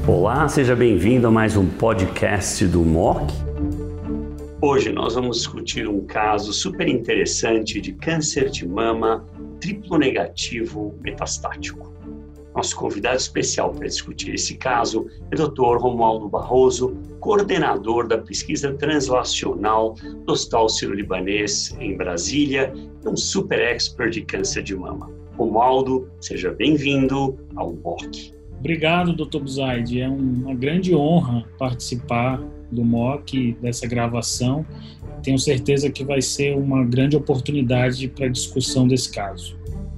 Olá, seja bem-vindo a mais um podcast do MOC. Hoje nós vamos discutir um caso super interessante de câncer de mama triplo negativo metastático. Nosso convidado especial para discutir esse caso é o Dr. Romualdo Barroso, coordenador da pesquisa translacional do Hospital Sírio-Libanês em Brasília e um super expert de câncer de mama. Romualdo, seja bem-vindo ao MOC. Obrigado, Dr. Buzaide. É uma grande honra participar do MOC, dessa gravação. Tenho certeza que vai ser uma grande oportunidade para a discussão desse caso.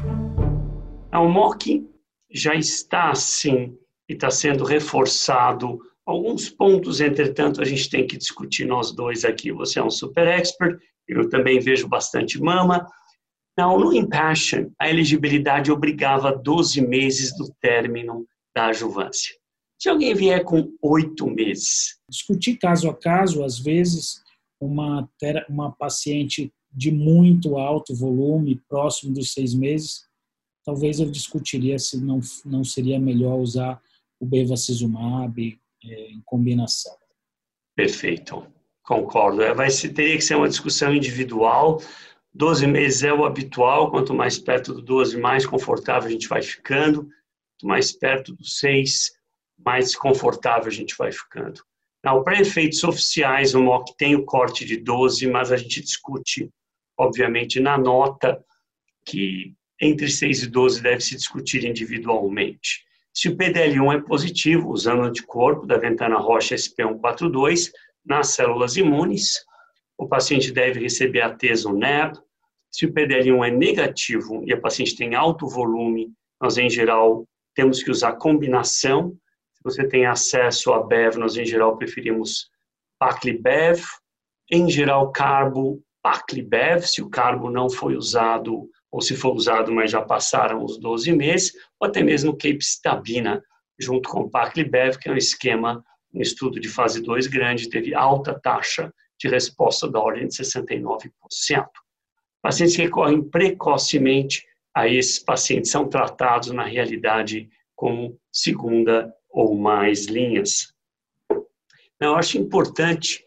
O MOC já está, assim, e está sendo reforçado. Alguns pontos, entretanto, a gente tem que discutir nós dois aqui. Você é um super expert, eu também vejo bastante mama. No Impassion, a elegibilidade obrigava 12 meses do término da adjuvância. Se alguém vier com 8 meses. Discutir caso a caso, às vezes, uma paciente de muito alto volume, próximo dos 6 meses, talvez eu discutiria se não seria melhor usar o bevacizumab em combinação. Perfeito, concordo. Teria que ser uma discussão individual. 12 meses é o habitual, quanto mais perto do 12, mais confortável a gente vai ficando. Quanto mais perto do 6, mais confortável a gente vai ficando. Para efeitos oficiais, o MOC tem o corte de 12, mas a gente discute, obviamente, na nota que entre 6 e 12 deve se discutir individualmente. Se o PDL1 é positivo, usando o anticorpo da Ventana Roche SP142 nas células imunes, o paciente deve receber atezolizumab. Se o PDL1 é negativo e a paciente tem alto volume, nós, em geral, temos que usar combinação. Se você tem acesso a BEV, nós, em geral, preferimos Pacli-BEV. Em geral, carbo, Pacli-BEV, se o carbo não foi usado, ou se for usado, mas já passaram os 12 meses, ou até mesmo capecitabina, junto com Pacli-BEV, que é um esquema, um estudo de fase 2 grande, teve alta taxa de resposta da ordem de 69%. Pacientes que recorrem precocemente a esses pacientes são tratados, na realidade, como segunda ou mais linhas. Eu acho importante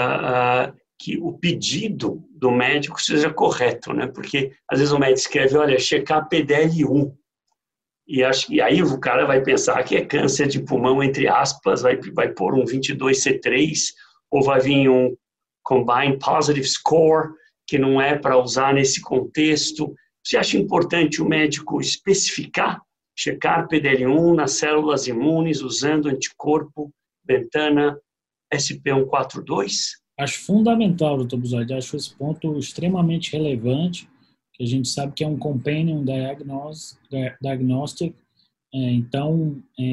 que o pedido do médico seja correto, né? Porque às vezes o médico escreve, olha, checar PDL1. E aí o cara vai pensar que é câncer de pulmão, entre aspas, vai pôr um 22C3, ou vai vir um Combined Positive Score, que não é para usar nesse contexto. Você acha importante o médico especificar, checar PDL1 nas células imunes usando anticorpo Ventana SP142? Acho fundamental, doutor Buzaide. Acho esse ponto extremamente relevante, que a gente sabe que é um companion diagnostic. Então,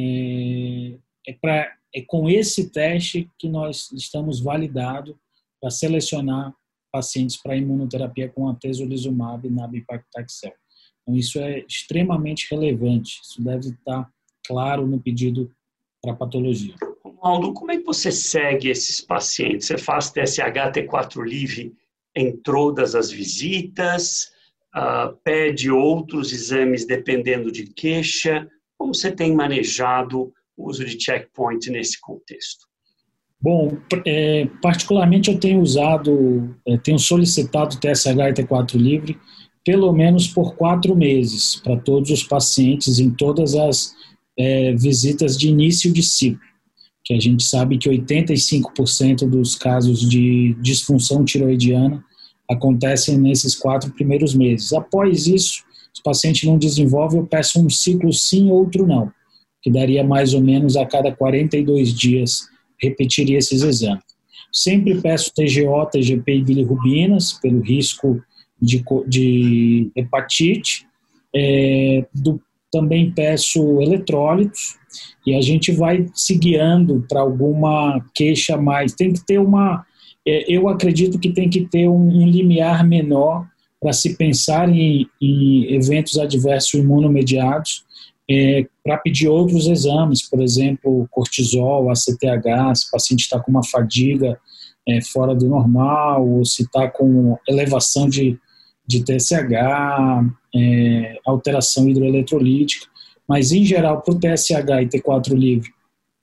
é com esse teste que nós estamos validados para selecionar pacientes para imunoterapia com atezolizumab e nab-paclitaxel. Então, isso é extremamente relevante. Isso deve estar claro no pedido para patologia. Romualdo, como é que você segue esses pacientes? Você faz TSH, T4 Live em todas as visitas? Pede outros exames dependendo de queixa? Como você tem manejado o uso de checkpoint nesse contexto? Bom, particularmente eu tenho solicitado TSH e T4 livre pelo menos por 4 meses para todos os pacientes em todas as visitas de início de ciclo, que a gente sabe que 85% dos casos de disfunção tiroidiana acontecem nesses 4 primeiros meses. Após isso, se o paciente não desenvolve, eu peço um ciclo sim, outro não, que daria mais ou menos a cada 42 dias repetiria esses exames. Sempre peço TGO, TGP e bilirrubinas, pelo risco de hepatite. Também peço eletrólitos e a gente vai se guiando para alguma queixa a mais. Tem que ter eu acredito que tem que ter um limiar menor para se pensar em eventos adversos imunomediados, para pedir outros exames, por exemplo, cortisol, ACTH, se o paciente está com uma fadiga fora do normal, ou se está com elevação de TSH, alteração hidroeletrolítica, mas em geral para o TSH e T4 livre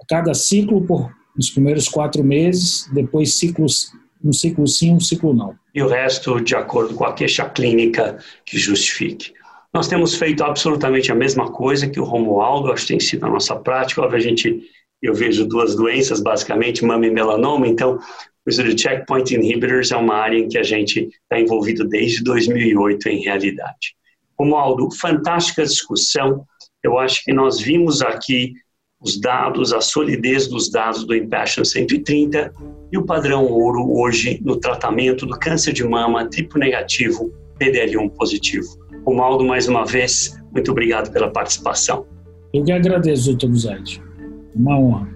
cada ciclo nos primeiros 4 meses, depois um ciclo sim, um ciclo não. E o resto de acordo com a queixa clínica que justifique. Nós temos feito absolutamente a mesma coisa que o Romualdo, acho que tem sido a nossa prática. Eu vejo 2 doenças, basicamente, mama e melanoma, então o uso de checkpoint inhibitors é uma área em que a gente está envolvido desde 2008, em realidade. Romualdo, fantástica discussão. Eu acho que nós vimos aqui os dados, a solidez dos dados do Impassion 130 e o padrão ouro hoje no tratamento do câncer de mama triplo negativo, PDL1 positivo. Romualdo, mais uma vez, muito obrigado pela participação. Eu que agradeço, doutor Buzaide. Uma honra.